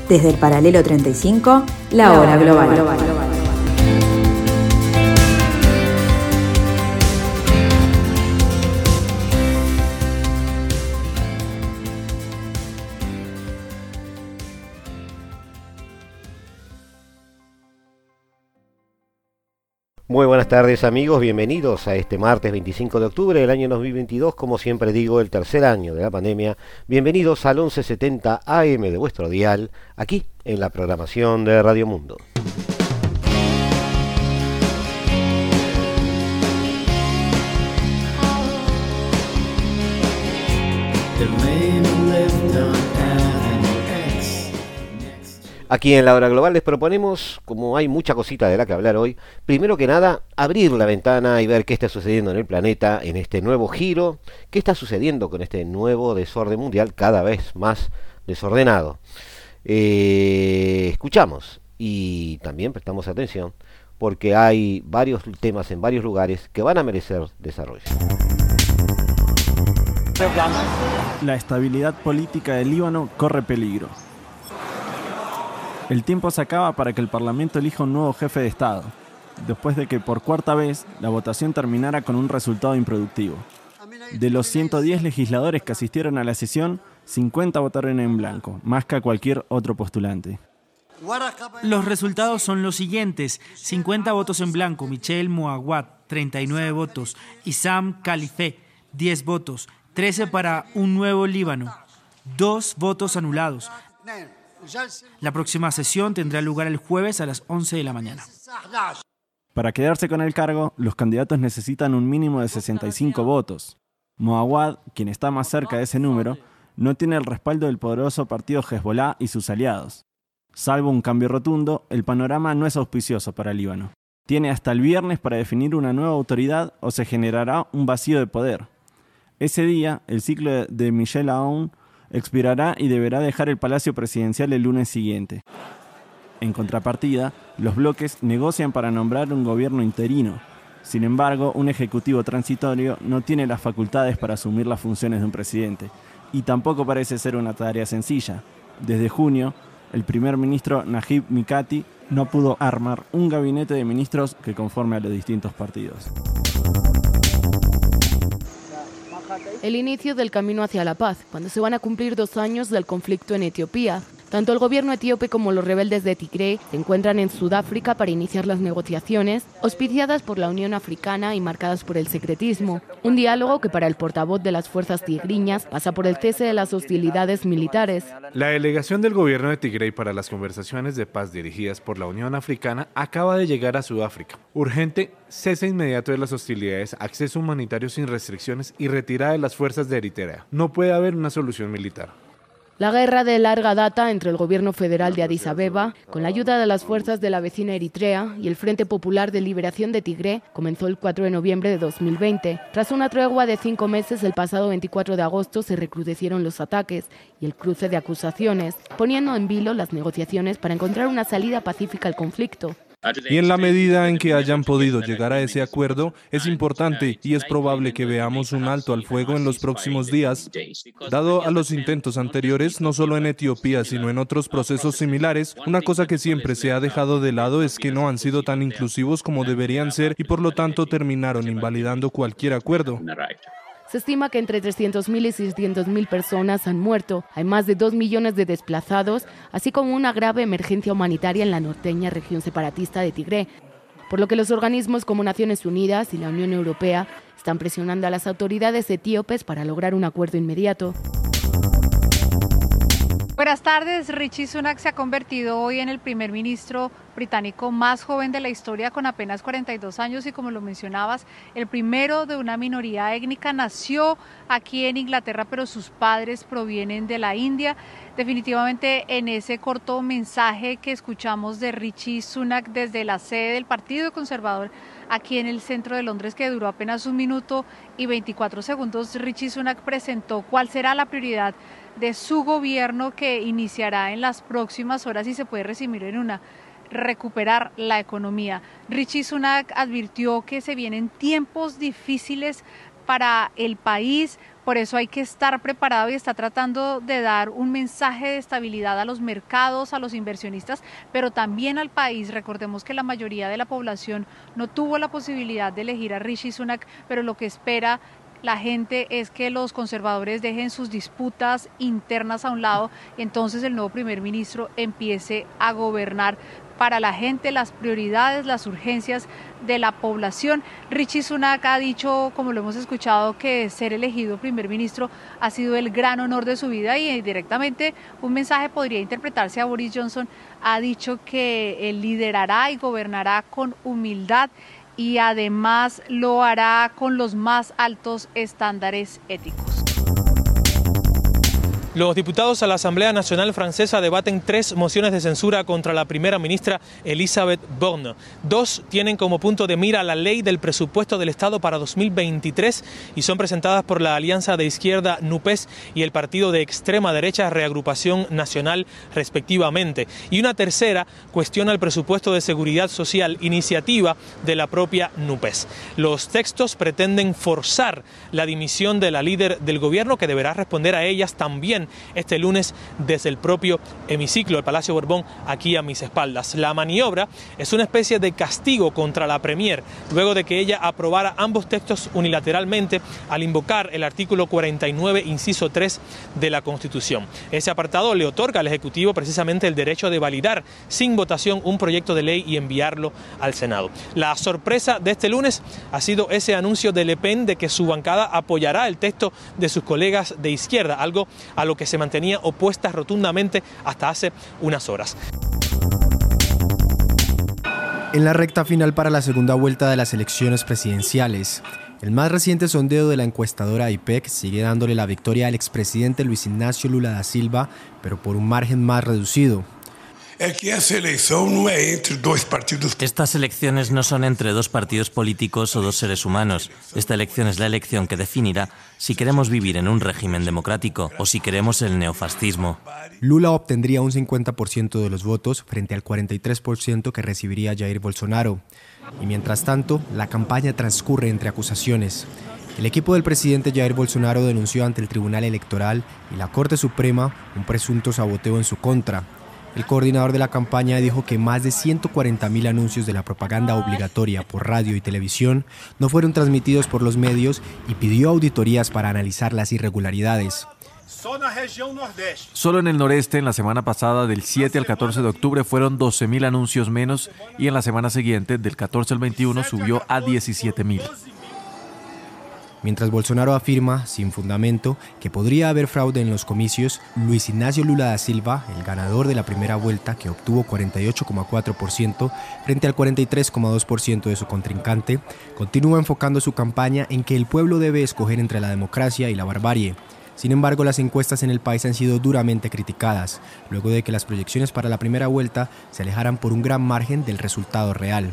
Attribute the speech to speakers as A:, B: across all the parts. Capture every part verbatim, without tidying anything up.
A: Desde el paralelo treinta y cinco, la, la hora global. global.
B: Muy buenas tardes amigos, bienvenidos a este martes veinticinco de octubre del año dos mil veintidós, como siempre digo, el tercer año de la pandemia. Bienvenidos al once setenta A M de vuestro dial, aquí en la programación de Radio Mundo. Aquí en la hora global les proponemos, como hay mucha cosita de la que hablar hoy, primero que nada, abrir la ventana y ver qué está sucediendo en el planeta, en este nuevo giro, qué está sucediendo con este nuevo desorden mundial cada vez más desordenado. Eh, escuchamos y también prestamos atención porque hay varios temas en varios lugares que van a merecer desarrollo.
C: La estabilidad política del Líbano corre peligro. El tiempo se acaba para que el Parlamento elija un nuevo jefe de Estado, después de que por cuarta vez la votación terminara con un resultado improductivo. De los ciento diez legisladores que asistieron a la sesión, cincuenta votaron en blanco, más que a cualquier otro postulante.
D: Los resultados son los siguientes: cincuenta votos en blanco, Michel Moawad, treinta y nueve votos, Issam Khalife, diez votos, trece para un nuevo Líbano, dos votos anulados. La próxima sesión tendrá lugar el jueves a las once de la mañana.
C: Para quedarse con el cargo, los candidatos necesitan un mínimo de sesenta y cinco votos. Moawad, quien está más cerca de ese número, no tiene el respaldo del poderoso partido Hezbollah y sus aliados. Salvo un cambio rotundo, el panorama no es auspicioso para el Líbano. Tiene hasta el viernes para definir una nueva autoridad o se generará un vacío de poder. Ese día, el ciclo de Michel Aoun expirará y deberá dejar el Palacio Presidencial el lunes siguiente. En contrapartida, los bloques negocian para nombrar un gobierno interino. Sin embargo, un ejecutivo transitorio no tiene las facultades para asumir las funciones de un presidente, y tampoco parece ser una tarea sencilla. Desde junio, el primer ministro Najib Mikati no pudo armar un gabinete de ministros que conforme a los distintos partidos.
E: El inicio del camino hacia la paz, cuando se van a cumplir dos años del conflicto en Etiopía. Tanto el gobierno etíope como los rebeldes de Tigré se encuentran en Sudáfrica para iniciar las negociaciones, auspiciadas por la Unión Africana y marcadas por el secretismo. Un diálogo que para el portavoz de las fuerzas tigriñas pasa por el cese de las hostilidades militares.
F: La delegación del gobierno de Tigré para las conversaciones de paz dirigidas por la Unión Africana acaba de llegar a Sudáfrica. Urgente, cese inmediato de las hostilidades, acceso humanitario sin restricciones y retirada de las fuerzas de Eritrea. No puede haber una solución militar.
E: La guerra de larga data entre el gobierno federal de Addis Abeba, con la ayuda de las fuerzas de la vecina Eritrea y el Frente Popular de Liberación de Tigré, comenzó el cuatro de noviembre de dos mil veinte. Tras una tregua de cinco meses, el pasado veinticuatro de agosto se recrudecieron los ataques y el cruce de acusaciones, poniendo en vilo las negociaciones para encontrar una salida pacífica al conflicto.
G: Y en la medida en que hayan podido llegar a ese acuerdo, es importante y es probable que veamos un alto al fuego en los próximos días. Dado a los intentos anteriores, no solo en Etiopía, sino en otros procesos similares, una cosa que siempre se ha dejado de lado es que no han sido tan inclusivos como deberían ser y por lo tanto terminaron invalidando cualquier acuerdo.
E: Se estima que entre trescientas mil y seiscientas mil personas han muerto, hay más de dos millones de desplazados, así como una grave emergencia humanitaria en la norteña región separatista de Tigré, por lo que los organismos como Naciones Unidas y la Unión Europea están presionando a las autoridades etíopes para lograr un acuerdo inmediato.
H: Buenas tardes. Rishi Sunak se ha convertido hoy en el primer ministro británico más joven de la historia, con apenas cuarenta y dos años, y como lo mencionabas, el primero de una minoría étnica. Nació aquí en Inglaterra, pero sus padres provienen de la India. Definitivamente, en ese corto mensaje que escuchamos de Rishi Sunak desde la sede del Partido Conservador aquí en el centro de Londres, que duró apenas un minuto y veinticuatro segundos, Rishi Sunak presentó cuál será la prioridad de su gobierno, que iniciará en las próximas horas y se puede resumir en una: recuperar la economía. Rishi Sunak advirtió que se vienen tiempos difíciles para el país. Por eso hay que estar preparado y está tratando de dar un mensaje de estabilidad a los mercados, a los inversionistas, pero también al país. Recordemos que la mayoría de la población no tuvo la posibilidad de elegir a Rishi Sunak, pero lo que espera la gente es que los conservadores dejen sus disputas internas a un lado y entonces el nuevo primer ministro empiece a gobernar para la gente, las prioridades, las urgencias de la población. Rishi Sunak ha dicho, como lo hemos escuchado, que ser elegido primer ministro ha sido el gran honor de su vida y directamente un mensaje podría interpretarse a Boris Johnson. Ha dicho que él liderará y gobernará con humildad y además lo hará con los más altos estándares éticos.
I: Los diputados a la Asamblea Nacional Francesa debaten tres mociones de censura contra la primera ministra Elisabeth Borne. Dos tienen como punto de mira la ley del presupuesto del Estado para dos mil veintitrés y son presentadas por la alianza de izquierda NUPES y el partido de extrema derecha Reagrupación Nacional, respectivamente. Y una tercera cuestiona el presupuesto de seguridad social, iniciativa de la propia NUPES. Los textos pretenden forzar la dimisión de la líder del gobierno, que deberá responder a ellas también este lunes desde el propio hemiciclo del Palacio Borbón, aquí a mis espaldas. La maniobra es una especie de castigo contra la Premier, luego de que ella aprobara ambos textos unilateralmente al invocar el artículo cuarenta y nueve, inciso tres de la Constitución. Ese apartado le otorga al Ejecutivo precisamente el derecho de validar sin votación un proyecto de ley y enviarlo al Senado. La sorpresa de este lunes ha sido ese anuncio de Le Pen de que su bancada apoyará el texto de sus colegas de izquierda, algo a lo que se mantenía opuesta rotundamente hasta hace unas horas.
J: En la recta final para la segunda vuelta de las elecciones presidenciales, el más reciente sondeo de la encuestadora I P E C sigue dándole la victoria al expresidente Luis Ignacio Lula da Silva, pero por un margen más reducido.
K: Estas elecciones no son entre dos partidos políticos o dos seres humanos. Esta elección es la elección que definirá si queremos vivir en un régimen democrático o si queremos el neofascismo.
J: Lula obtendría un cincuenta por ciento de los votos frente al cuarenta y tres por ciento que recibiría Jair Bolsonaro. Y mientras tanto, la campaña transcurre entre acusaciones. El equipo del presidente Jair Bolsonaro denunció ante el Tribunal Electoral y la Corte Suprema un presunto saboteo en su contra. El coordinador de la campaña dijo que más de ciento cuarenta mil anuncios de la propaganda obligatoria por radio y televisión no fueron transmitidos por los medios y pidió auditorías para analizar las irregularidades.
L: Solo en el noreste, en la semana pasada, del siete al catorce de octubre, fueron doce mil anuncios menos y en la semana siguiente, del catorce al veintiuno, subió a diecisiete mil.
J: Mientras Bolsonaro afirma, sin fundamento, que podría haber fraude en los comicios, Luis Ignacio Lula da Silva, el ganador de la primera vuelta, que obtuvo cuarenta y ocho coma cuatro por ciento frente al cuarenta y tres coma dos por ciento de su contrincante, continúa enfocando su campaña en que el pueblo debe escoger entre la democracia y la barbarie. Sin embargo, las encuestas en el país han sido duramente criticadas, luego de que las proyecciones para la primera vuelta se alejaran por un gran margen del resultado real.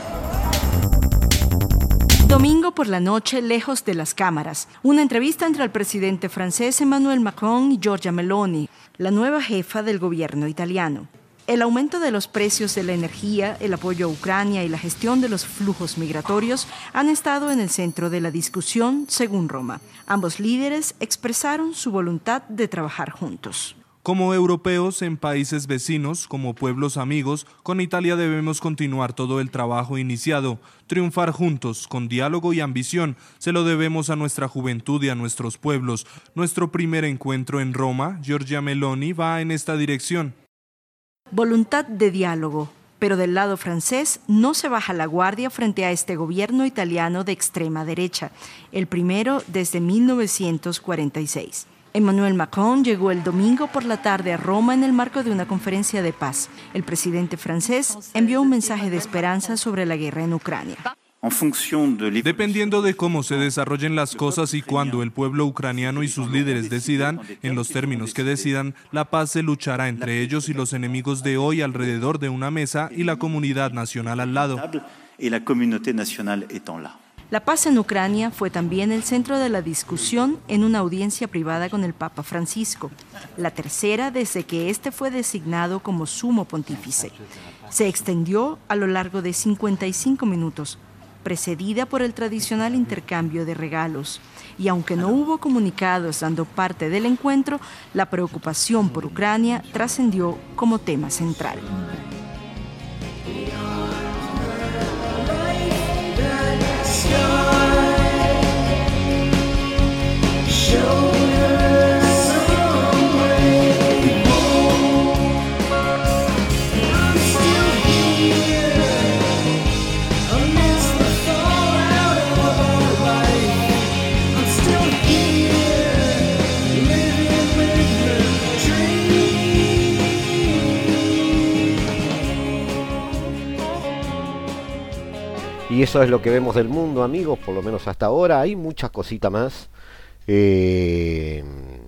M: Domingo por la noche, lejos de las cámaras. Una entrevista entre el presidente francés Emmanuel Macron y Giorgia Meloni, la nueva jefa del gobierno italiano. El aumento de los precios de la energía, el apoyo a Ucrania y la gestión de los flujos migratorios han estado en el centro de la discusión, según Roma. Ambos líderes expresaron su voluntad de trabajar juntos.
G: Como europeos en países vecinos, como pueblos amigos, con Italia debemos continuar todo el trabajo iniciado, triunfar juntos, con diálogo y ambición. Se lo debemos a nuestra juventud y a nuestros pueblos. Nuestro primer encuentro en Roma, Giorgia Meloni, va en esta dirección.
M: Voluntad de diálogo, pero del lado francés no se baja la guardia frente a este gobierno italiano de extrema derecha, el primero desde mil novecientos cuarenta y seis. Emmanuel Macron llegó el domingo por la tarde a Roma en el marco de una conferencia de paz. El presidente francés envió un mensaje de esperanza sobre la guerra en Ucrania.
G: Dependiendo de cómo se desarrollen las cosas y cuando el pueblo ucraniano y sus líderes decidan, en los términos que decidan, la paz se luchará entre ellos y los enemigos de hoy alrededor de una mesa y la comunidad nacional al lado.
M: La paz en Ucrania fue también el centro de la discusión en una audiencia privada con el Papa Francisco, la tercera desde que este fue designado como sumo pontífice. Se extendió a lo largo de cincuenta y cinco minutos, precedida por el tradicional intercambio de regalos. Y aunque no hubo comunicados dando parte del encuentro, la preocupación por Ucrania trascendió como tema central.
B: Y eso es lo que vemos del mundo, amigos, por lo menos hasta ahora. Hay muchas cositas más. Eh,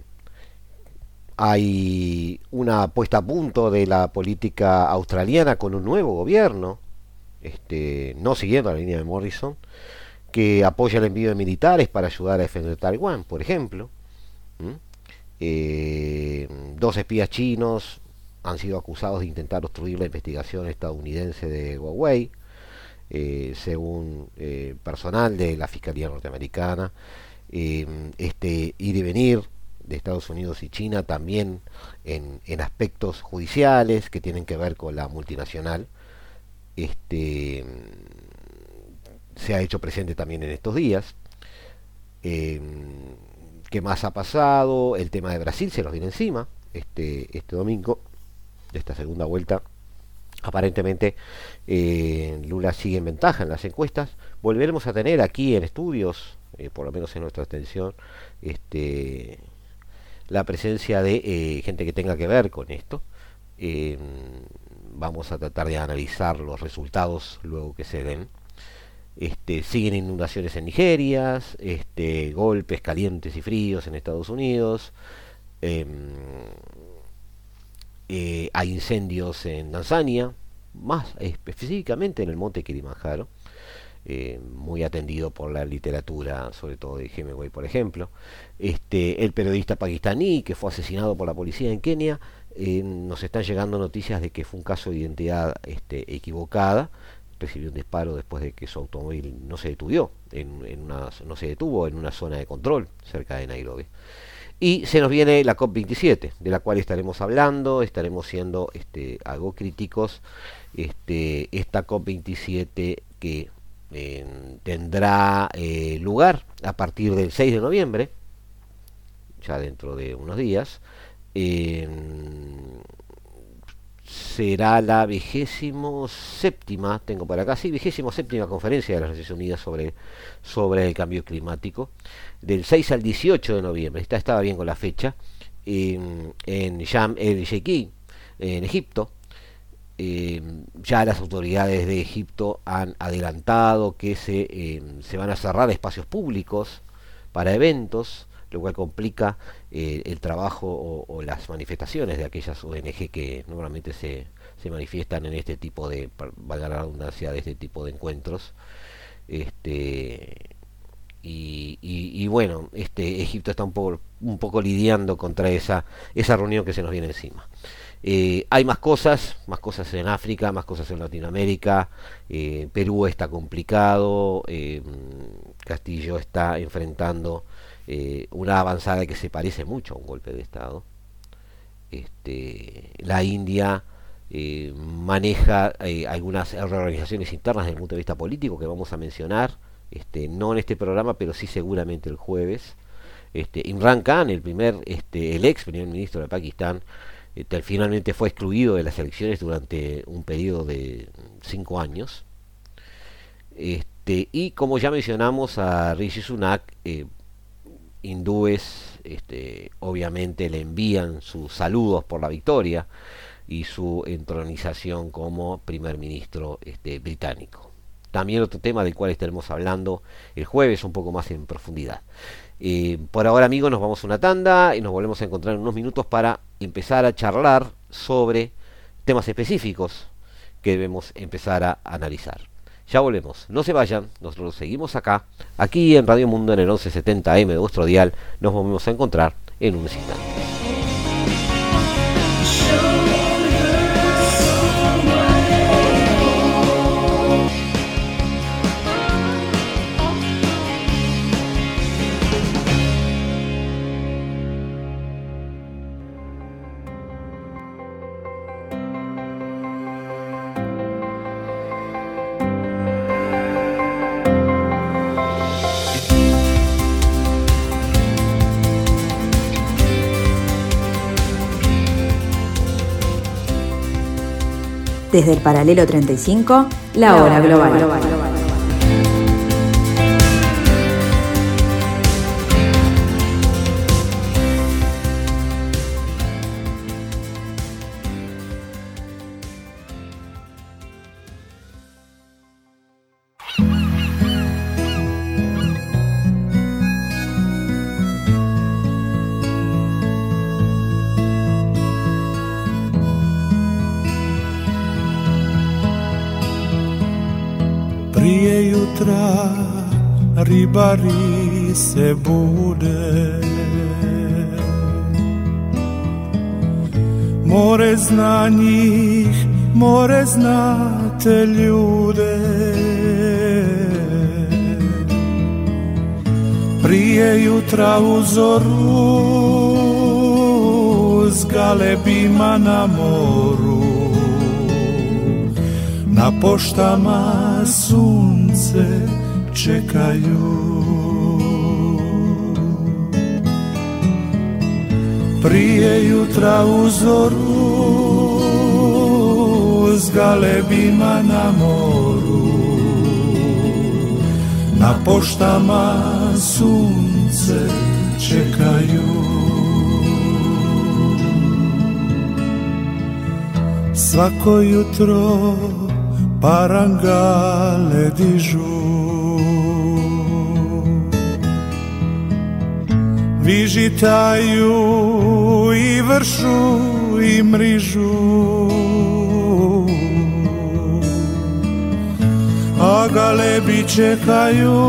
B: hay una puesta a punto de la política australiana con un nuevo gobierno, este, no siguiendo la línea de Morrison, que apoya el envío de militares para ayudar a defender Taiwán, por ejemplo. ¿Mm? Eh, dos espías chinos han sido acusados de intentar obstruir la investigación estadounidense de Huawei. Eh, según eh, personal de la Fiscalía Norteamericana, eh, este ir y venir de Estados Unidos y China también en, en aspectos judiciales que tienen que ver con la multinacional, este, se ha hecho presente también en estos días. Eh, ¿Qué más ha pasado? El tema de Brasil se nos viene encima este, este domingo, de esta segunda vuelta. Aparentemente eh, Lula sigue en ventaja en las encuestas. Volveremos a tener aquí en estudios, eh, por lo menos en nuestra extensión, este, la presencia de eh, gente que tenga que ver con esto. Eh, vamos a tratar de analizar los resultados luego que se den. Este, siguen inundaciones en Nigeria, este, golpes calientes y fríos en Estados Unidos. Eh, Eh, hay incendios en Tanzania, más específicamente en el monte Kilimanjaro, eh, muy atendido por la literatura, sobre todo de Hemingway, por ejemplo. Este, el periodista pakistaní que fue asesinado por la policía en Kenia, eh, nos están llegando noticias de que fue un caso de identidad este, equivocada. Recibió un disparo después de que su automóvil no se detuvo en, en una, no se detuvo en una zona de control cerca de Nairobi. Y se nos viene la COP veintisiete, de la cual estaremos hablando, estaremos siendo este, algo críticos. Este, esta COP veintisiete que eh, tendrá eh, lugar a partir del seis de noviembre, ya dentro de unos días, eh, será la vigésimo séptima, tengo para acá, sí, vigésimo séptima conferencia de las Naciones Unidas sobre, sobre el cambio climático, del seis al dieciocho de noviembre. Esta estaba bien con la fecha, en, en Sharm el Sheikh, en Egipto. Eh, ya las autoridades de Egipto han adelantado que se, eh, se van a cerrar espacios públicos para eventos, lo cual complica eh, el trabajo o, o las manifestaciones de aquellas O N G que normalmente se, se manifiestan en este tipo de, valga la redundancia, de este tipo de encuentros. Este, y, y, y bueno, este Egipto está un poco, un poco lidiando contra esa, esa reunión que se nos viene encima. Eh, hay más cosas, más cosas en África, más cosas en Latinoamérica. eh, Perú está complicado, eh, Castillo está enfrentando Eh, una avanzada que se parece mucho a un golpe de Estado. Este, la India eh, maneja eh, algunas reorganizaciones internas desde el punto de vista político que vamos a mencionar, este, no en este programa, pero sí seguramente el jueves. Este, Imran Khan, el primer, este, el ex primer ministro de Pakistán, este, finalmente fue excluido de las elecciones durante un periodo de cinco años. Este, y como ya mencionamos a Rishi Sunak, eh, hindúes este, obviamente le envían sus saludos por la victoria y su entronización como primer ministro este, británico. También otro tema del cual estaremos hablando el jueves un poco más en profundidad. Eh, por ahora, amigos, nos vamos a una tanda y nos volvemos a encontrar en unos minutos para empezar a charlar sobre temas específicos que debemos empezar a analizar. Ya volvemos, no se vayan, nosotros seguimos acá, aquí en Radio Mundo en el once setenta A M de vuestro dial. Nos volvemos a encontrar en un instante.
A: Desde el paralelo treinta y cinco, la hora global. global.
N: Prije jutra ribari se bude, more zna njih, more znate ljude. Prije jutra u zoru s galebima na moru, na poštama sunce čekaju. Prije jutra u zoru s galebima na moru, na poštama sunce čekaju. Svako jutro parangale dižu, vižitaju i vršu i mrižu, a galebi čekaju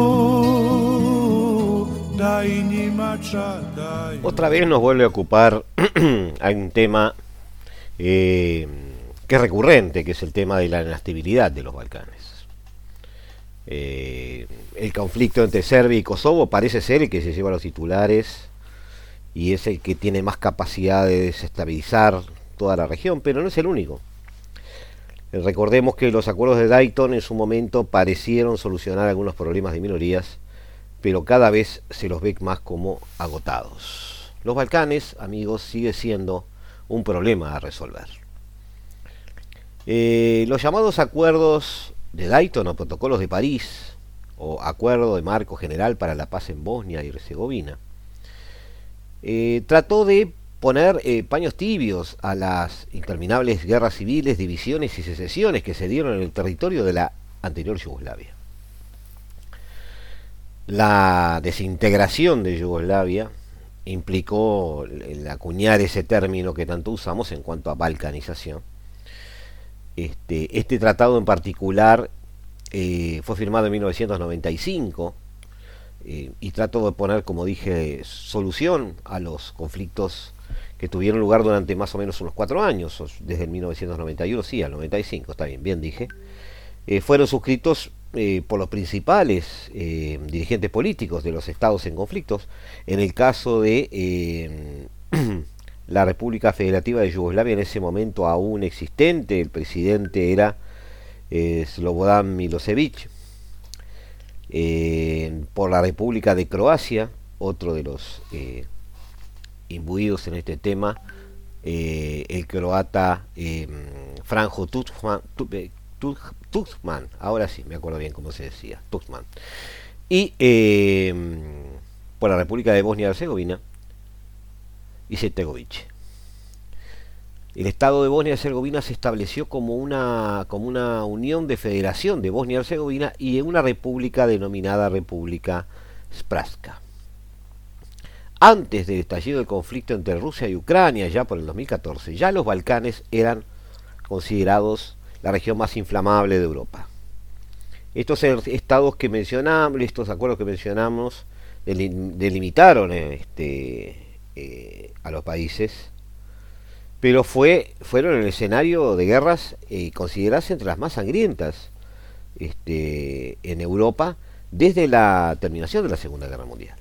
N: da i njima čadaju.
B: Otra vez nos vuelve a ocupar un tema eh, que es recurrente, que es el tema de la inestabilidad de los Balcanes. Eh, el conflicto entre Serbia y Kosovo parece ser el que se lleva a los titulares y es el que tiene más capacidad de desestabilizar toda la región, pero no es el único. Eh, recordemos que los acuerdos de Dayton en su momento parecieron solucionar algunos problemas de minorías, pero cada vez se los ve más como agotados. Los Balcanes, amigos, sigue siendo un problema a resolver. Eh, los llamados acuerdos de Dayton o protocolos de París o acuerdo de marco general para la paz en Bosnia y Herzegovina eh, trató de poner eh, paños tibios a las interminables guerras civiles, divisiones y secesiones que se dieron en el territorio de la anterior Yugoslavia. La desintegración de Yugoslavia implicó el acuñar ese término que tanto usamos en cuanto a balcanización. Este, este tratado en particular eh, fue firmado en mil novecientos noventa y cinco eh, y trató de poner, como dije, solución a los conflictos que tuvieron lugar durante más o menos unos cuatro años, desde el mil novecientos noventa y uno, sí, al noventa y cinco, está bien, bien dije. Eh, fueron suscritos eh, por los principales eh, dirigentes políticos de los estados en conflictos. En el caso de eh, la República Federativa de Yugoslavia, en ese momento aún existente, el presidente era eh, Slobodan Milosevic. Eh, por la República de Croacia, otro de los eh, imbuidos en este tema, eh, el croata eh, Franjo Tuđman, Tuđman, ahora sí me acuerdo bien cómo se decía, Tuđman. Y eh, por la República de Bosnia y Herzegovina, Izetbegović. El Estado de Bosnia y Herzegovina se estableció como una, como una unión de federación de Bosnia y Herzegovina y en una república denominada República Srpska. Antes del estallido del conflicto entre Rusia y Ucrania, ya por el dos mil catorce, ya los Balcanes eran considerados la región más inflamable de Europa. Estos estados que mencionamos, estos acuerdos que mencionamos, delimitaron este, eh, a los países, pero fue, fueron el escenario de guerras eh, consideradas entre las más sangrientas este, en Europa desde la terminación de la Segunda Guerra Mundial.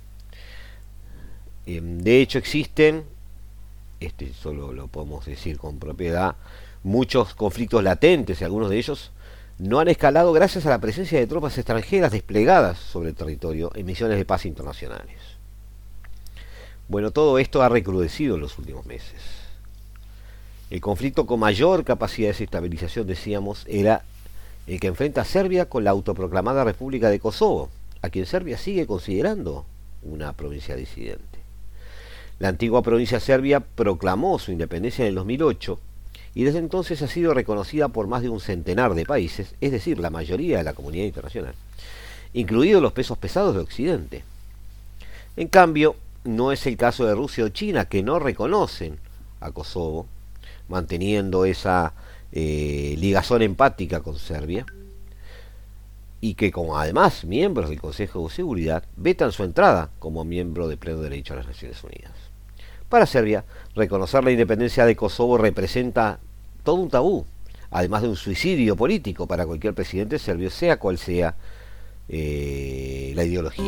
B: Eh, de hecho existen, este, solo lo podemos decir con propiedad, muchos conflictos latentes, y algunos de ellos no han escalado gracias a la presencia de tropas extranjeras desplegadas sobre el territorio en misiones de paz internacionales. Bueno, todo esto ha recrudecido en los últimos meses. El conflicto con mayor capacidad de desestabilización, decíamos, era el que enfrenta a Serbia con la autoproclamada República de Kosovo, a quien Serbia sigue considerando una provincia disidente. La antigua provincia serbia proclamó su independencia en el dos mil ocho y desde entonces ha sido reconocida por más de un centenar de países, es decir, la mayoría de la comunidad internacional, incluidos los pesos pesados de Occidente. En cambio, no es el caso de Rusia o China, que no reconocen a Kosovo, manteniendo esa eh, ligazón empática con Serbia, y que como además miembros del Consejo de Seguridad vetan su entrada como miembro de pleno derecho a las Naciones Unidas. Para Serbia, reconocer la independencia de Kosovo representa todo un tabú, además de un suicidio político para cualquier presidente serbio, sea cual sea eh, la ideología.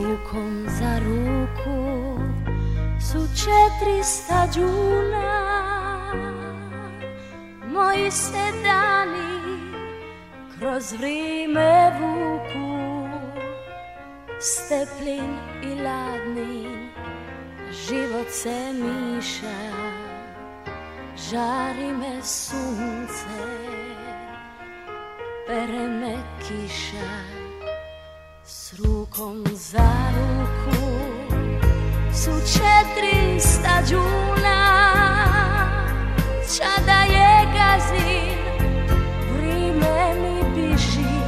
O: Moji se dani kroz vrijeme vuku, steplin i ladnin, život se miša, žari me sunce, pere me kiša, s rukom za ruku, su četrista džuna, čada je gazin, vrime mi biži,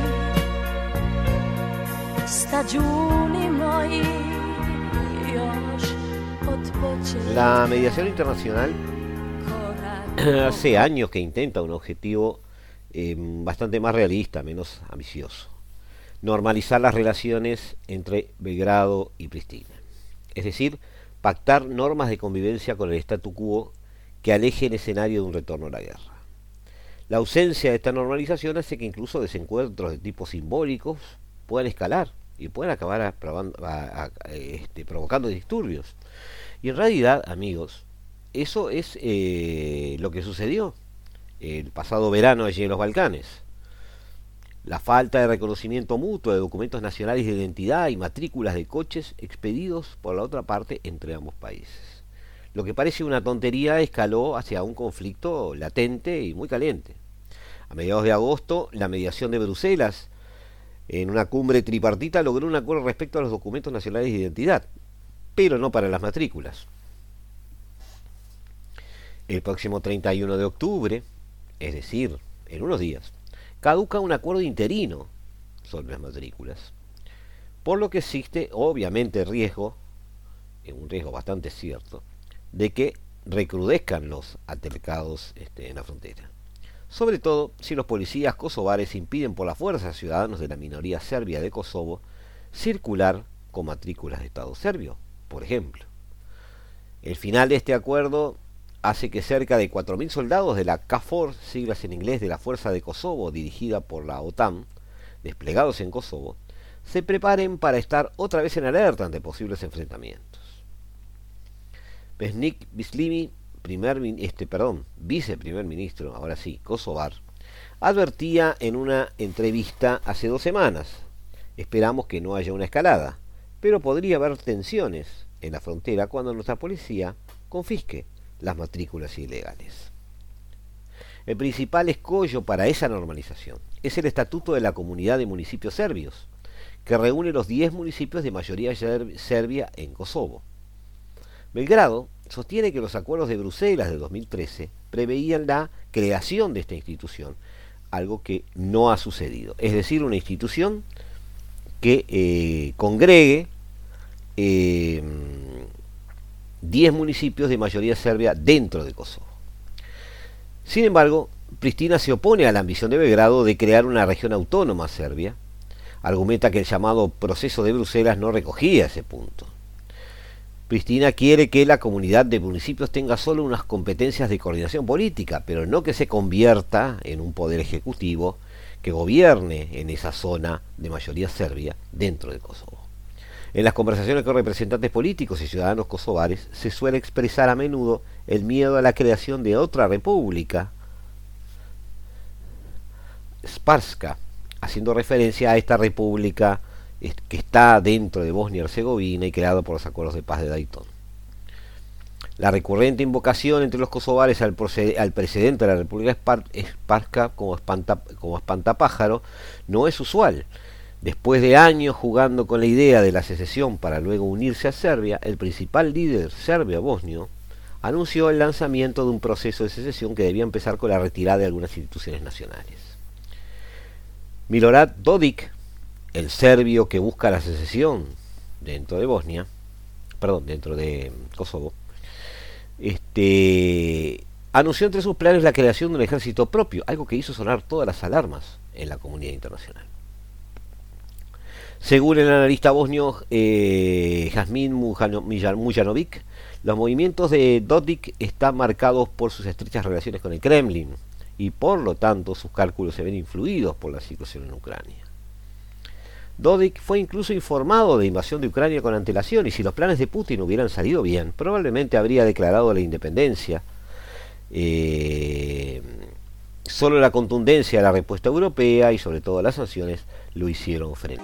O: stađuni moji još odpočeli.
B: La mediación internacional hace años que intenta un objetivo eh, bastante más realista, menos ambicioso: normalizar las relaciones entre Belgrado y Pristina, es decir, pactar normas de convivencia con el statu quo que aleje el escenario de un retorno a la guerra. La ausencia de esta normalización hace que incluso desencuentros de tipo simbólicos puedan escalar y puedan acabar a, a, a, este, provocando disturbios. Y en realidad, amigos, eso es eh, lo que sucedió el pasado verano allí en los Balcanes. La falta de reconocimiento mutuo de documentos nacionales de identidad y matrículas de coches expedidos por la otra parte entre ambos países. Lo que parece una tontería escaló hacia un conflicto latente y muy caliente. A mediados de agosto, la mediación de Bruselas, en una cumbre tripartita, logró un acuerdo respecto a los documentos nacionales de identidad, pero no para las matrículas. El próximo treinta y uno de octubre, es decir, en unos días, caduca un acuerdo interino sobre las matrículas, por lo que existe obviamente riesgo, un riesgo bastante cierto, de que recrudezcan los altercados este, en la frontera. Sobre todo si los policías kosovares impiden por la fuerza a ciudadanos de la minoría serbia de Kosovo circular con matrículas de Estado serbio, por ejemplo. El final de este acuerdo hace que cerca de cuatro mil soldados de la KFOR, siglas en inglés de la Fuerza de Kosovo dirigida por la OTAN, desplegados en Kosovo, se preparen para estar otra vez en alerta ante posibles enfrentamientos. Besnik Bislimi, primer, este, perdón, viceprimer ministro, ahora sí, kosovar, advertía en una entrevista hace dos semanas: esperamos que no haya una escalada, pero podría haber tensiones en la frontera cuando nuestra policía confisque las matrículas ilegales. El principal escollo para esa normalización es el Estatuto de la Comunidad de Municipios Serbios, que reúne los diez municipios de mayoría serbia en Kosovo. Belgrado sostiene que los acuerdos de Bruselas de dos mil trece preveían la creación de esta institución, algo que no ha sucedido. Es decir, una institución que eh, congregue eh, diez municipios de mayoría serbia dentro de Kosovo. Sin embargo, Pristina se opone a la ambición de Belgrado de crear una región autónoma serbia. Argumenta que el llamado proceso de Bruselas no recogía ese punto. Pristina quiere que la comunidad de municipios tenga solo unas competencias de coordinación política, pero no que se convierta en un poder ejecutivo que gobierne en esa zona de mayoría serbia dentro de Kosovo. En las conversaciones con representantes políticos y ciudadanos kosovares se suele expresar a menudo el miedo a la creación de otra república, Spratska, haciendo referencia a esta república que está dentro de Bosnia y Herzegovina y creado por los acuerdos de paz de Dayton. La recurrente invocación entre los kosovares al, al presidente de la República Srpska como, espanta, como espantapájaro no es usual. Después de años jugando con la idea de la secesión para luego unirse a Serbia, el principal líder serbio-bosnio anunció el lanzamiento de un proceso de secesión que debía empezar con la retirada de algunas instituciones nacionales. Milorad Dodik, el serbio que busca la secesión dentro de Bosnia, perdón, dentro de Kosovo, este, anunció entre sus planes la creación de un ejército propio, algo que hizo sonar todas las alarmas en la comunidad internacional. Según el analista bosnio eh, Jasmin Mujanovic, los movimientos de Dodik están marcados por sus estrechas relaciones con el Kremlin y por lo tanto sus cálculos se ven influidos por la situación en Ucrania. Dodik fue incluso informado de invasión de Ucrania con antelación y si los planes de Putin hubieran salido bien, probablemente habría declarado la independencia. Eh, solo la contundencia de la respuesta europea y sobre todo las sanciones lo hicieron frenar.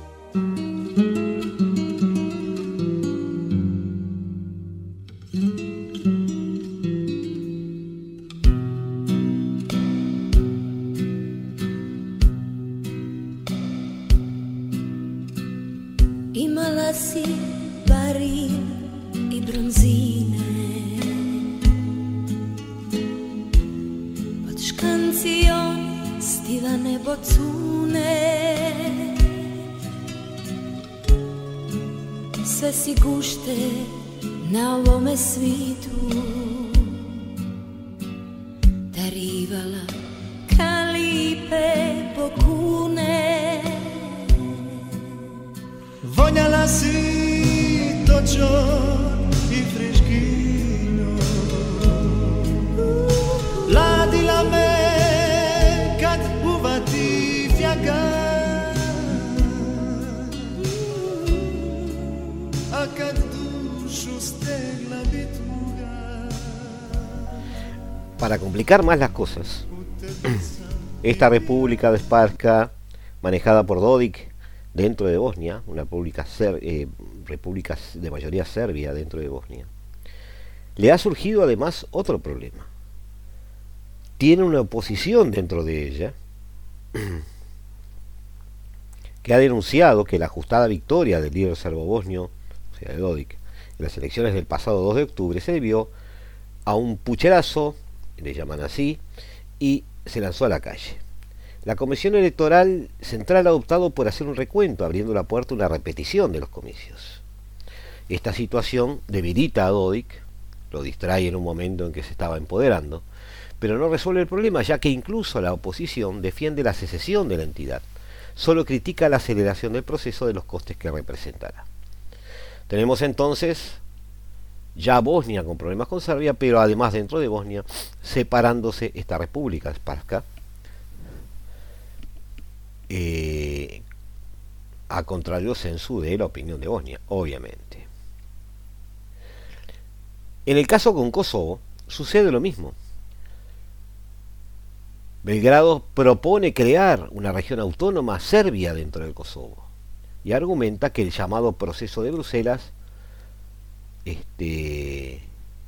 O: Imala si baril i bronzine pod škancijom stila nebo cune sve si gušte na ovome svitu darivala kalipe pokune.
N: Voglala si točon i friškino Ladila me kad uvati fjaga A kad dušu stegla bi tuga.
B: Para complicar más las cosas, esta república de Srpska, manejada por Dodik, dentro de Bosnia, una república, ser, eh, república de mayoría serbia dentro de Bosnia, le ha surgido además otro problema. Tiene una oposición dentro de ella que ha denunciado que la ajustada victoria del líder serbo-bosnio, o sea de Dodik, en las elecciones del pasado dos de octubre se debió a un pucherazo, le llaman así, y se lanzó a la calle. La Comisión Electoral Central ha optado por hacer un recuento, abriendo la puerta a una repetición de los comicios. Esta situación debilita a Dodik, lo distrae en un momento en que se estaba empoderando, pero no resuelve el problema, ya que incluso la oposición defiende la secesión de la entidad. Solo critica la aceleración del proceso de los costes que representará. Tenemos entonces ya Bosnia con problemas con Serbia, pero además dentro de Bosnia separándose esta república Srpska, Eh, a contrario sensu de la opinión de Bosnia, obviamente. En el caso con Kosovo sucede lo mismo. Belgrado propone crear una región autónoma serbia dentro del Kosovo y argumenta que el llamado proceso de Bruselas este,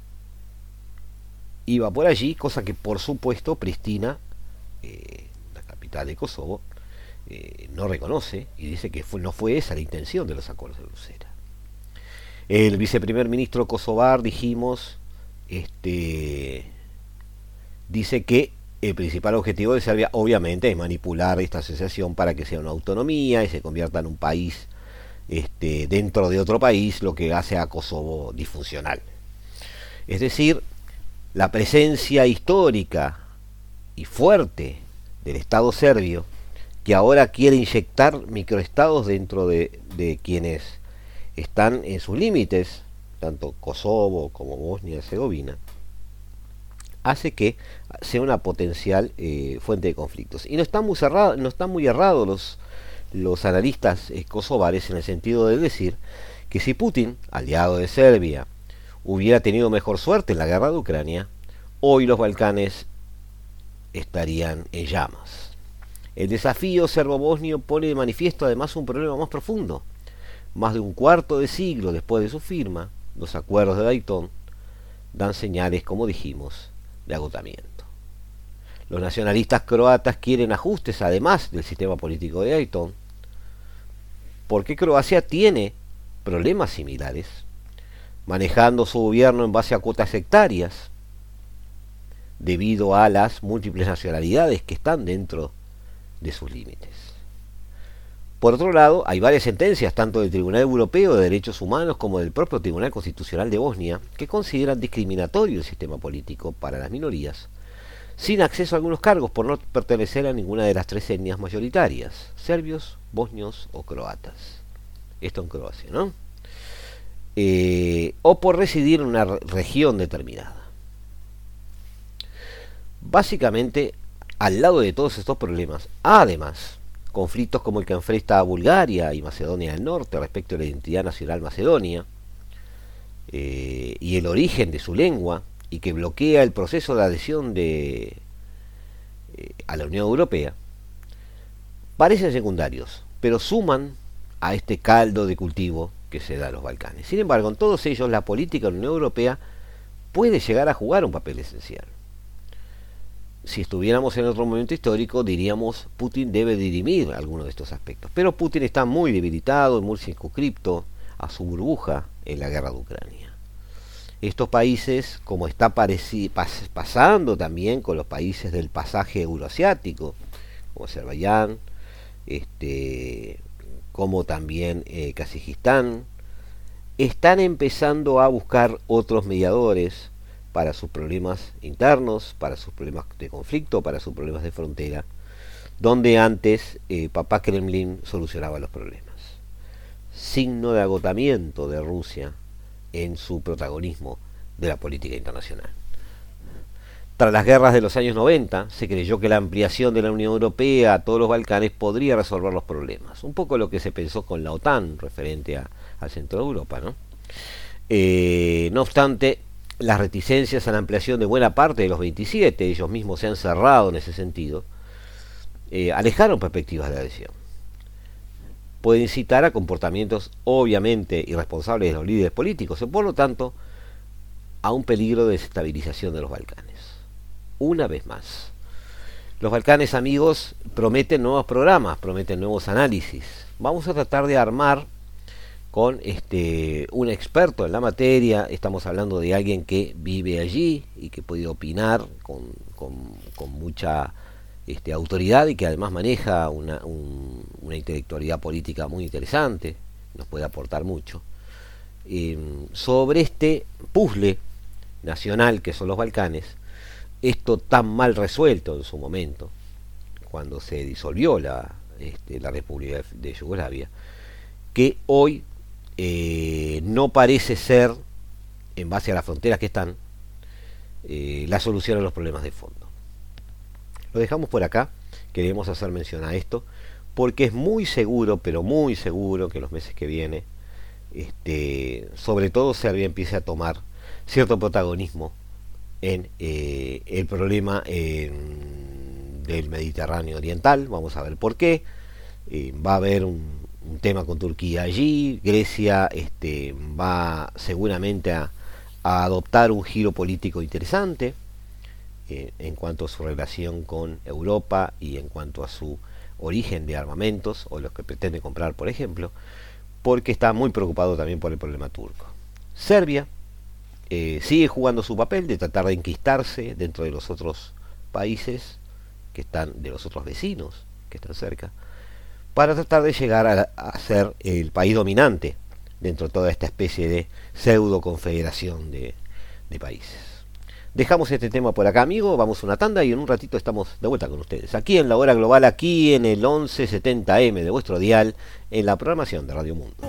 B: iba por allí, cosa que por supuesto Pristina, eh, la capital de Kosovo, Eh, no reconoce y dice que fue, no fue esa la intención de los acuerdos de Bruselas. El viceprimer ministro kosovar, dijimos, este, dice que el principal objetivo de Serbia obviamente es manipular esta asociación para que sea una autonomía y se convierta en un país este, dentro de otro país, lo que hace a Kosovo disfuncional. Es decir, la presencia histórica y fuerte del Estado serbio, que ahora quiere inyectar microestados dentro de, de quienes están en sus límites, tanto Kosovo como Bosnia y Herzegovina, hace que sea una potencial eh, fuente de conflictos. Y no están muy cerrados, no están muy errados los, los analistas eh, kosovares en el sentido de decir que si Putin, aliado de Serbia, hubiera tenido mejor suerte en la guerra de Ucrania, hoy los Balcanes estarían en llamas. El desafío serbo-bosnio pone de manifiesto además un problema más profundo. Más de un cuarto de siglo después de su firma, los acuerdos de Dayton, dan señales, como dijimos, de agotamiento. Los nacionalistas croatas quieren ajustes además del sistema político de Dayton, porque Croacia tiene problemas similares, manejando su gobierno en base a cuotas sectarias, debido a las múltiples nacionalidades que están dentro de sus límites. Por otro lado, hay varias sentencias, tanto del Tribunal Europeo de Derechos Humanos como del propio Tribunal Constitucional de Bosnia, que consideran discriminatorio el sistema político para las minorías, sin acceso a algunos cargos por no pertenecer a ninguna de las tres etnias mayoritarias, serbios, bosnios o croatas. Esto en Croacia, ¿no? Eh, o por residir en una región determinada. Básicamente, al lado de todos estos problemas, además, conflictos como el que enfrenta a Bulgaria y Macedonia del Norte respecto a la identidad nacional macedonia eh, y el origen de su lengua, y que bloquea el proceso de adhesión de, eh, a la Unión Europea, parecen secundarios, pero suman a este caldo de cultivo que se da en los Balcanes. Sin embargo, en todos ellos la política de la Unión Europea puede llegar a jugar un papel esencial. Si estuviéramos en otro momento histórico, diríamos Putin debe dirimir algunos de estos aspectos. Pero Putin está muy debilitado y muy circunscripto a su burbuja en la guerra de Ucrania. Estos países, como está pareci- pas- pasando también con los países del pasaje euroasiático, como Azerbaiyán, este, como también eh, Kazajistán, están empezando a buscar otros mediadores para sus problemas internos, para sus problemas de conflicto, para sus problemas de frontera, donde antes eh, papá Kremlin solucionaba los problemas. Signo de agotamiento de Rusia en su protagonismo de la política internacional. Tras las guerras de los años noventa, se creyó que la ampliación de la Unión Europea a todos los Balcanes podría resolver los problemas. Un poco lo que se pensó con la OTAN referente a, al centro de Europa, ¿no? Eh, no obstante, las reticencias a la ampliación de buena parte de los veintisiete, ellos mismos se han cerrado en ese sentido, eh, alejaron perspectivas de adhesión. Puede incitar a comportamientos obviamente irresponsables de los líderes políticos y por lo tanto a un peligro de desestabilización de los Balcanes. Una vez más, los Balcanes, amigos, prometen nuevos programas, prometen nuevos análisis. Vamos a tratar de armar con este un experto en la materia. Estamos hablando de alguien que vive allí y que puede opinar con, con, con mucha este, autoridad y que además maneja una, un, una intelectualidad política muy interesante, nos puede aportar mucho, eh, sobre este puzzle nacional que son los Balcanes, esto tan mal resuelto en su momento, cuando se disolvió la, este, la República de Yugoslavia, que hoy eh, no parece ser, en base a las fronteras que están, eh, la solución a los problemas de fondo. Lo dejamos por acá, queremos hacer mención a esto, porque es muy seguro, pero muy seguro que en los meses que vienen, este, sobre todo Serbia empiece a tomar cierto protagonismo en eh, el problema eh, del Mediterráneo Oriental. Vamos a ver por qué. Eh, va a haber un, un tema con Turquía allí. Grecia este, va seguramente a, a adoptar un giro político interesante eh, en cuanto a su relación con Europa y en cuanto a su origen de armamentos o los que pretende comprar, por ejemplo, porque está muy preocupado también por el problema turco. Serbia eh, sigue jugando su papel de tratar de enquistarse dentro de los otros países que están, de los otros vecinos que están cerca, para tratar de llegar a, a ser el país dominante dentro de toda esta especie de pseudo confederación de, de países. Dejamos este tema por acá, amigo, vamos a una tanda y en un ratito estamos de vuelta con ustedes, aquí en la Hora Global, aquí en el once setenta eme de vuestro dial, en la programación de Radio Mundo.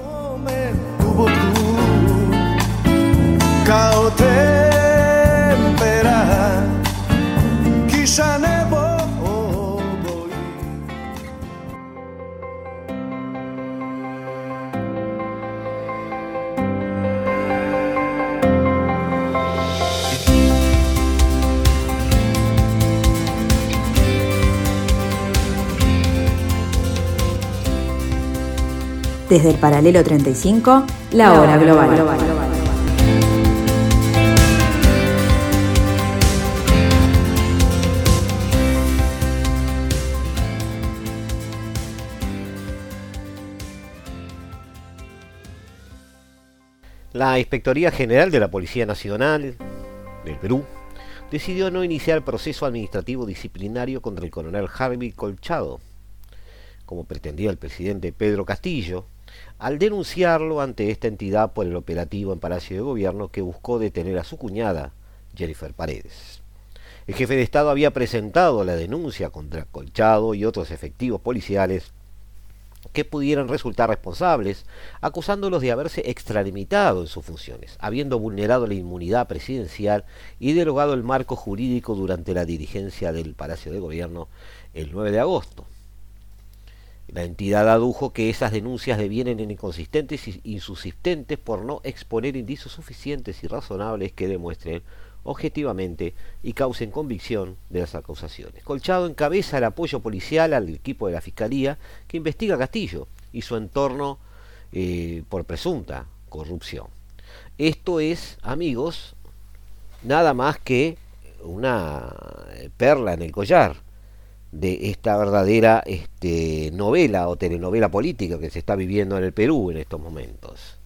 A: Desde el paralelo treinta y cinco, la Hora Global.
B: La Inspectoría General de la Policía Nacional del Perú decidió no iniciar proceso administrativo disciplinario contra el coronel Harvey Colchado, como pretendía el presidente Pedro Castillo, al denunciarlo ante esta entidad por el operativo en Palacio de Gobierno que buscó detener a su cuñada, Jennifer Paredes. El jefe de Estado había presentado la denuncia contra Colchado y otros efectivos policiales que pudieran resultar responsables, acusándolos de haberse extralimitado en sus funciones, habiendo vulnerado la inmunidad presidencial y derogado el marco jurídico durante la dirigencia del Palacio de Gobierno el nueve de agosto. La entidad adujo que esas denuncias devienen en inconsistentes e insubsistentes por no exponer indicios suficientes y razonables que demuestren objetivamente y causen convicción de las acusaciones. Colchado encabeza el apoyo policial al equipo de la Fiscalía que investiga a Castillo y su entorno eh, por presunta corrupción. Esto es, amigos, nada más que una perla en el collar de esta verdadera este, novela o telenovela política que se está viviendo en el Perú en estos momentos.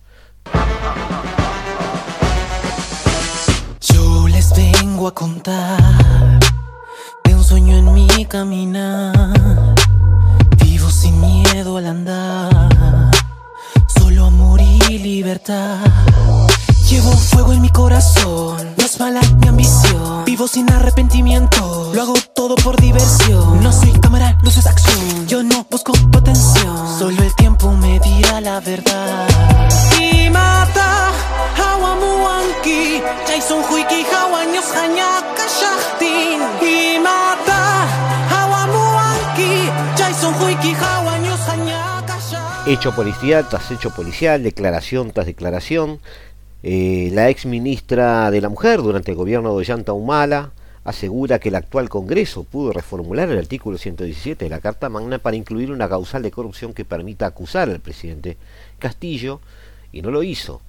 P: Yo les vengo a contar de un sueño en mi caminar. Vivo sin miedo al andar, solo amor y libertad. Llevo un fuego en mi corazón, no es mala mi ambición. Vivo sin arrepentimiento, lo hago todo por diversión. No soy cámara, luces, acción, yo no busco potencial. Solo el tiempo me dirá la verdad. Y mata, hawamuanki, Jason Huiki, hawanyos, hanyaka, shahtin. Y mata, hawamuanki, Jason Huiki, hawanyos, hanyaka, shahtin.
B: Hecho policial tras hecho policial, declaración tras declaración. Eh, la ex ministra de la Mujer durante el gobierno de Ollanta Humala asegura que el actual Congreso pudo reformular el artículo ciento diecisiete de la Carta Magna para incluir una causal de corrupción que permita acusar al presidente Castillo y no lo hizo.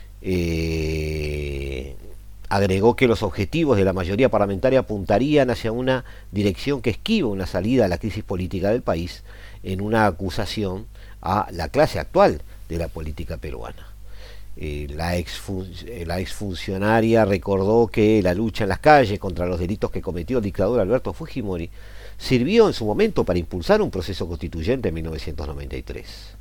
B: Eh, agregó que los objetivos de la mayoría parlamentaria apuntarían hacia una dirección que esquiva una salida a la crisis política del país en una acusación a la clase actual de la política peruana. Eh, la, ex la exfuncionaria recordó que la lucha en las calles contra los delitos que cometió el dictador Alberto Fujimori sirvió en su momento para impulsar un proceso constituyente en mil novecientos noventa y tres.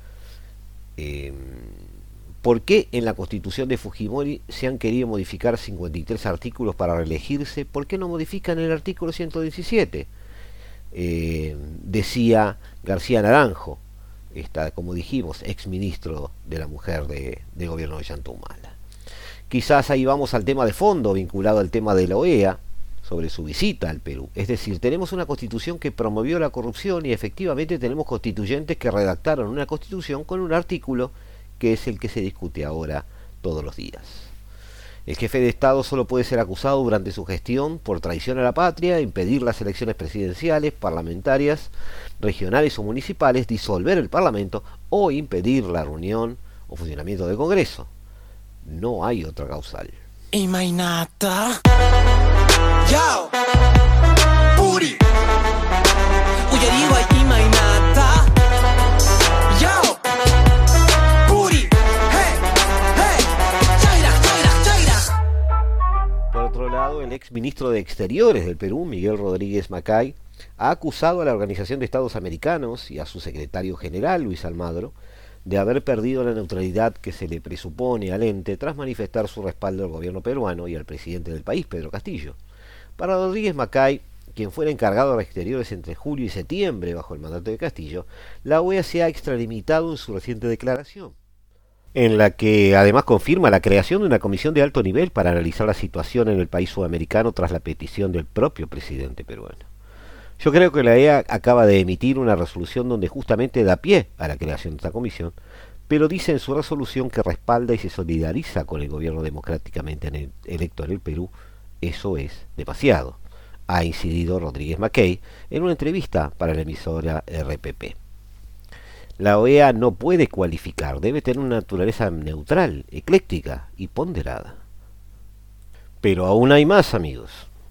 B: Eh, ¿Por qué en la constitución de Fujimori se han querido modificar cincuenta y tres artículos para reelegirse? ¿Por qué no modifican el artículo ciento diecisiete? Eh, decía García Naranjo, Está, como dijimos, ex ministro de la Mujer de, de gobierno de Ollanta Humala. Quizás ahí vamos al tema de fondo vinculado al tema de la O E A sobre su visita al Perú. Es decir, tenemos una constitución que promovió la corrupción y efectivamente tenemos constituyentes que redactaron una constitución con un artículo que es el que se discute ahora todos los días. El jefe de Estado solo puede ser acusado durante su gestión por traición a la patria, impedir las elecciones presidenciales, parlamentarias, regionales o municipales, disolver el Parlamento o impedir la reunión o funcionamiento del Congreso. No hay otra causal.
P: Imainata. Yo. Puri. Uyariwa imainata. Yo. Puri. Hey. Hey. Chaira, chaira, chaira.
B: Por otro lado, el ex ministro de Exteriores del Perú, Miguel Rodríguez Macay, ha acusado a la Organización de Estados Americanos y a su secretario general, Luis Almagro, de haber perdido la neutralidad que se le presupone al ente tras manifestar su respaldo al gobierno peruano y al presidente del país, Pedro Castillo. Para Rodríguez Macay, quien fuera encargado de Exteriores entre julio y septiembre bajo el mandato de Castillo, la O E A se ha extralimitado en su reciente declaración, en la que además confirma la creación de una comisión de alto nivel para analizar la situación en el país sudamericano tras la petición del propio presidente peruano. Yo creo que la E A acaba de emitir una resolución donde justamente da pie a la creación de esta comisión, pero dice en su resolución que respalda y se solidariza con el gobierno democráticamente en el, electo en el Perú. Eso es demasiado, ha incidido Rodríguez Macay en una entrevista para la emisora R P P. La O E A no puede cualificar, debe tener una naturaleza neutral, ecléctica y ponderada. Pero aún hay más, amigos.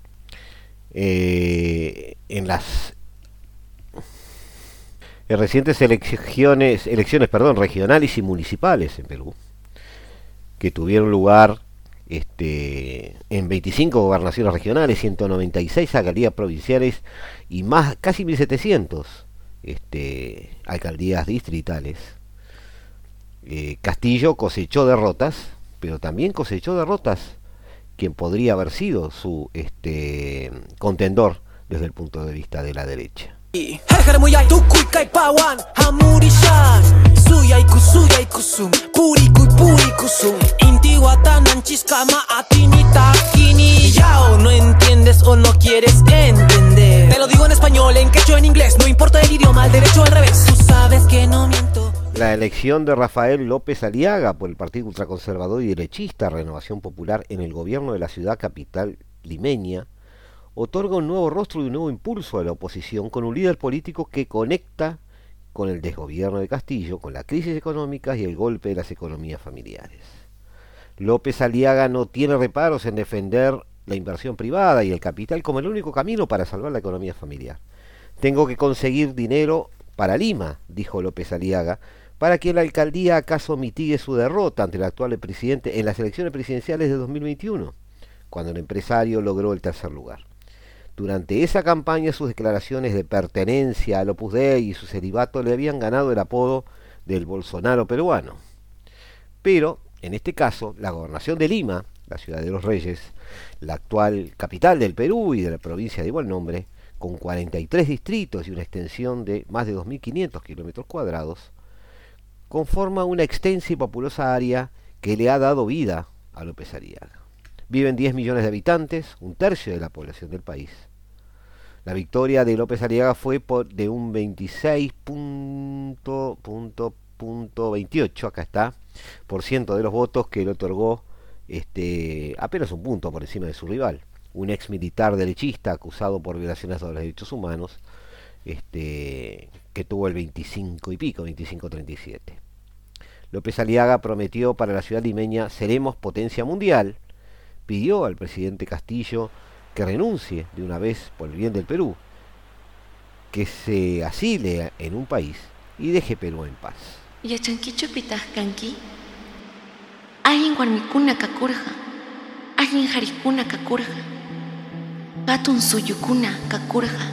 B: Eh, en las en recientes elecciones, elecciones perdón, regionales y municipales en Perú, que tuvieron lugar este, en veinticinco gobernaciones regionales, ciento noventa y seis alcaldías provinciales y más casi mil setecientos este, alcaldías distritales. Eh, Castillo cosechó derrotas, pero también cosechó derrotas quien podría haber sido su este, contendor desde el punto de vista de la derecha.
P: No entiendes o no quieres entender. Te lo digo en español, en quechua, en inglés. No importa el idioma, al derecho o al revés. Tú sabes que no miento.
B: La elección de Rafael López Aliaga por el Partido Ultraconservador y Derechista Renovación Popular en el gobierno de la ciudad capital limeña otorga un nuevo rostro y un nuevo impulso a la oposición, con un líder político que conecta con el desgobierno de Castillo, con la crisis económica y el golpe de las economías familiares. López Aliaga no tiene reparos en defender la inversión privada y el capital como el único camino para salvar la economía familiar. Tengo que conseguir dinero para Lima, dijo López Aliaga, para que la alcaldía acaso mitigue su derrota ante el actual presidente en las elecciones presidenciales de dos mil veintiuno, cuando el empresario logró el tercer lugar. Durante esa campaña sus declaraciones de pertenencia al Opus Dei y su celibato le habían ganado el apodo del Bolsonaro peruano. Pero, en este caso, la gobernación de Lima, la ciudad de los Reyes, la actual capital del Perú y de la provincia de igual nombre, con cuarenta y tres distritos y una extensión de más de dos mil quinientos kilómetros cuadrados, conforma una extensa y populosa área que le ha dado vida a López Aliaga. Viven diez millones de habitantes, un tercio de la población del país. La victoria de López Aliaga fue por, de un veintiséis punto veintiocho, acá está, por ciento de los votos que le otorgó este, apenas un punto por encima de su rival, un ex militar derechista acusado por violaciones de los derechos humanos, este, que tuvo el veinticinco y pico, veinticinco treinta y siete. López Aliaga prometió para la ciudad limeña: seremos potencia mundial. Pidió al presidente Castillo que renuncie de una vez por el bien del Perú, que se asile en un país y deje Perú en paz.
Q: Yachanquichu pitajkanki, ayin warmikuna kakurja, ayin harikuna kakurja, gatun suyukuna kakurja,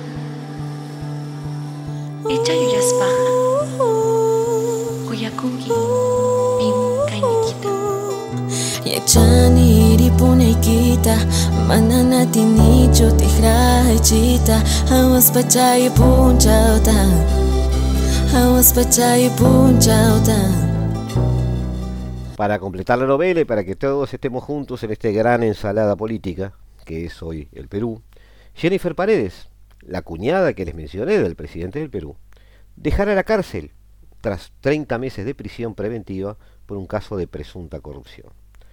Q: echa yuyaspaja, kuyakunki, pin kainikita.
O: Yachani ripunaykita manana tinichu tikrachita awas pachay punchauta awas pachay punchauta.
B: Para completar la novela y para que todos estemos juntos en esta gran ensalada política que es hoy el Perú, Jennifer Paredes, la cuñada que les mencioné del presidente del Perú, dejará la cárcel tras treinta meses de prisión preventiva por un caso de presunta corrupción.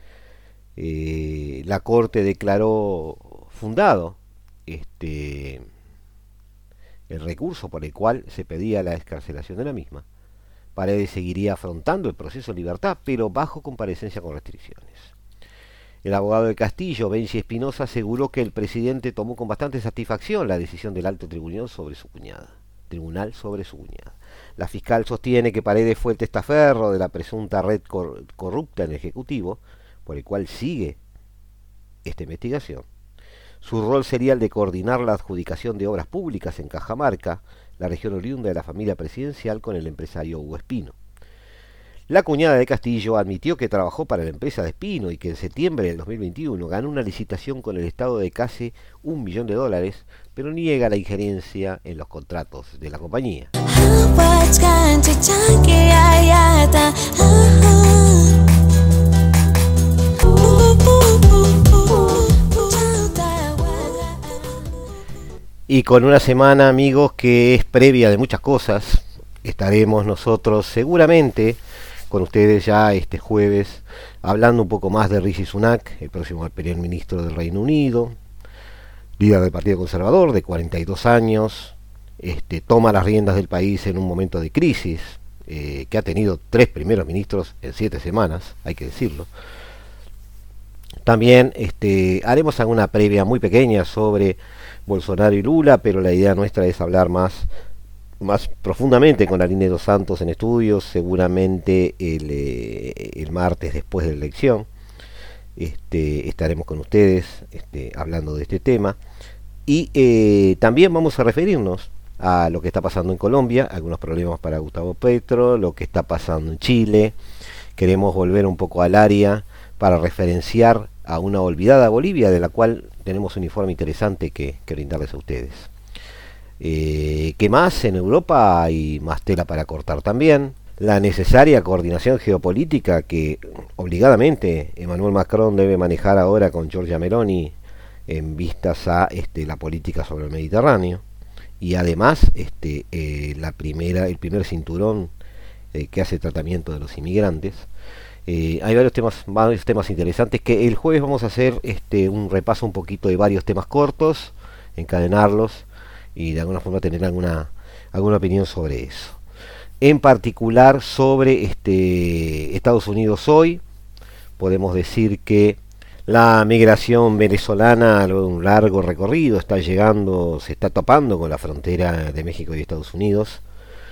B: Eh, la Corte declaró fundado este, el recurso por el cual se pedía la excarcelación de la misma. Paredes seguiría afrontando el proceso en libertad, pero bajo comparecencia con restricciones. El abogado de Castillo, Benji Espinosa, aseguró que el presidente tomó con bastante satisfacción la decisión del alto tribunal sobre su cuñada. Tribunal sobre su cuñada. La fiscal sostiene que Paredes fue el testaferro de la presunta red cor- corrupta en el Ejecutivo, por el cual sigue esta investigación. Su rol sería el de coordinar la adjudicación de obras públicas en Cajamarca, la región oriunda de la familia presidencial, con el empresario Hugo Espino. La cuñada de Castillo admitió que trabajó para la empresa de Espino y que en septiembre del dos mil veintiuno ganó una licitación con el Estado de casi un millón de dólares, pero niega la injerencia en los contratos de la compañía. Y con una semana, amigos, que es previa de muchas cosas, estaremos nosotros seguramente con ustedes ya este jueves hablando un poco más de Rishi Sunak, el próximo primer ministro del Reino Unido, líder del Partido Conservador, de cuarenta y dos años, este, toma las riendas del país en un momento de crisis, eh, que ha tenido tres primeros ministros en siete semanas, hay que decirlo. También este, haremos alguna previa muy pequeña sobre Bolsonaro y Lula, pero la idea nuestra es hablar más más profundamente con Aline dos Santos en estudios, seguramente el, eh, el martes después de la elección. Este, estaremos con ustedes este, hablando de este tema. Y eh, también vamos a referirnos a lo que está pasando en Colombia, algunos problemas para Gustavo Petro, lo que está pasando en Chile. Queremos volver un poco al área para referenciar a una olvidada Bolivia, de la cual tenemos un informe interesante que, que brindarles a ustedes. Eh, ¿Qué más? En Europa hay más tela para cortar también. La necesaria coordinación geopolítica que obligadamente Emmanuel Macron debe manejar ahora con Giorgia Meloni en vistas a este, la política sobre el Mediterráneo. Y además este, eh, la primera, el primer cinturón eh, que hace tratamiento de los inmigrantes. Eh, hay varios temas, varios temas interesantes que el jueves vamos a hacer este, un repaso un poquito de varios temas cortos, encadenarlos y de alguna forma tener alguna, alguna opinión sobre eso. En particular sobre este, Estados Unidos hoy, podemos decir que la migración venezolana a lo de un largo recorrido está llegando, se está topando con la frontera de México y Estados Unidos.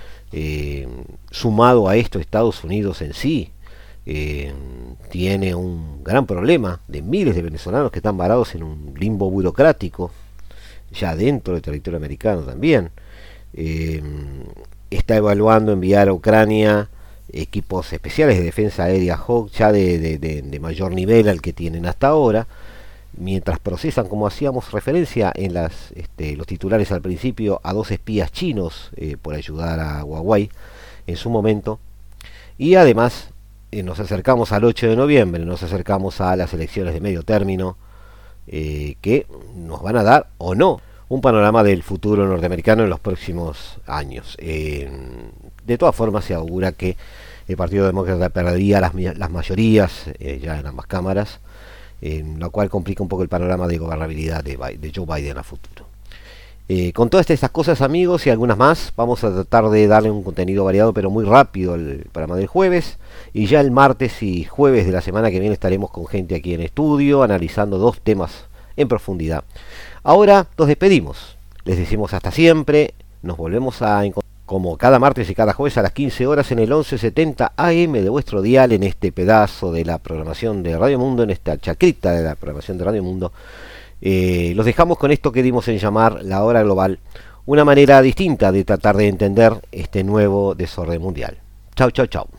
B: Eh, sumado a esto, Estados Unidos en sí eh, tiene un gran problema de miles de venezolanos que están varados en un limbo burocrático, ya dentro del territorio americano también. Eh, está evaluando enviar a Ucrania equipos especiales de defensa aérea Hawk, ya de, de, de, de mayor nivel al que tienen hasta ahora, mientras procesan, como hacíamos referencia en las este, los titulares al principio, a dos espías chinos eh, por ayudar a Huawei en su momento. Y además eh, nos acercamos al ocho de noviembre, nos acercamos a las elecciones de medio término eh, que nos van a dar o no un panorama del futuro norteamericano en los próximos años. Eh, de todas formas se augura que el Partido Demócrata perdería las, las mayorías eh, ya en ambas cámaras, eh, lo cual complica un poco el panorama de gobernabilidad de, de Joe Biden a futuro. Eh, con todas estas cosas, amigos, y algunas más, vamos a tratar de darle un contenido variado pero muy rápido al programa del jueves, y ya el martes y jueves de la semana que viene estaremos con gente aquí en estudio analizando dos temas en profundidad. Ahora nos despedimos, les decimos hasta siempre, nos volvemos a encontrar como cada martes y cada jueves a las quince horas en el once setenta A M de vuestro dial, en este pedazo de la programación de Radio Mundo, en esta chacrita de la programación de Radio Mundo. Eh, los dejamos con esto que dimos en llamar la hora global, una manera distinta de tratar de entender este nuevo desorden mundial. Chau, chau, chau.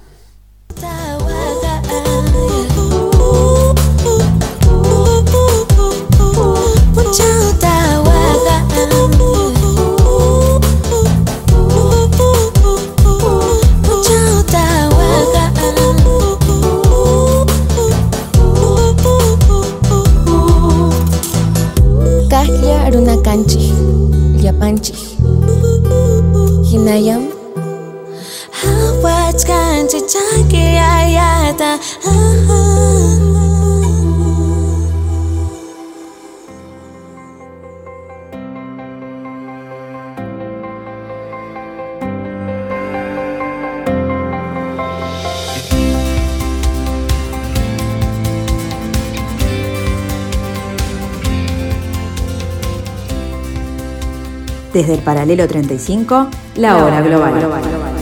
O: Kahya Aruna Kanchi, Yapanchi, Hinayam, Hawats Kanchi Chaki Ayata.
A: Desde el paralelo treinta y cinco, la hora global.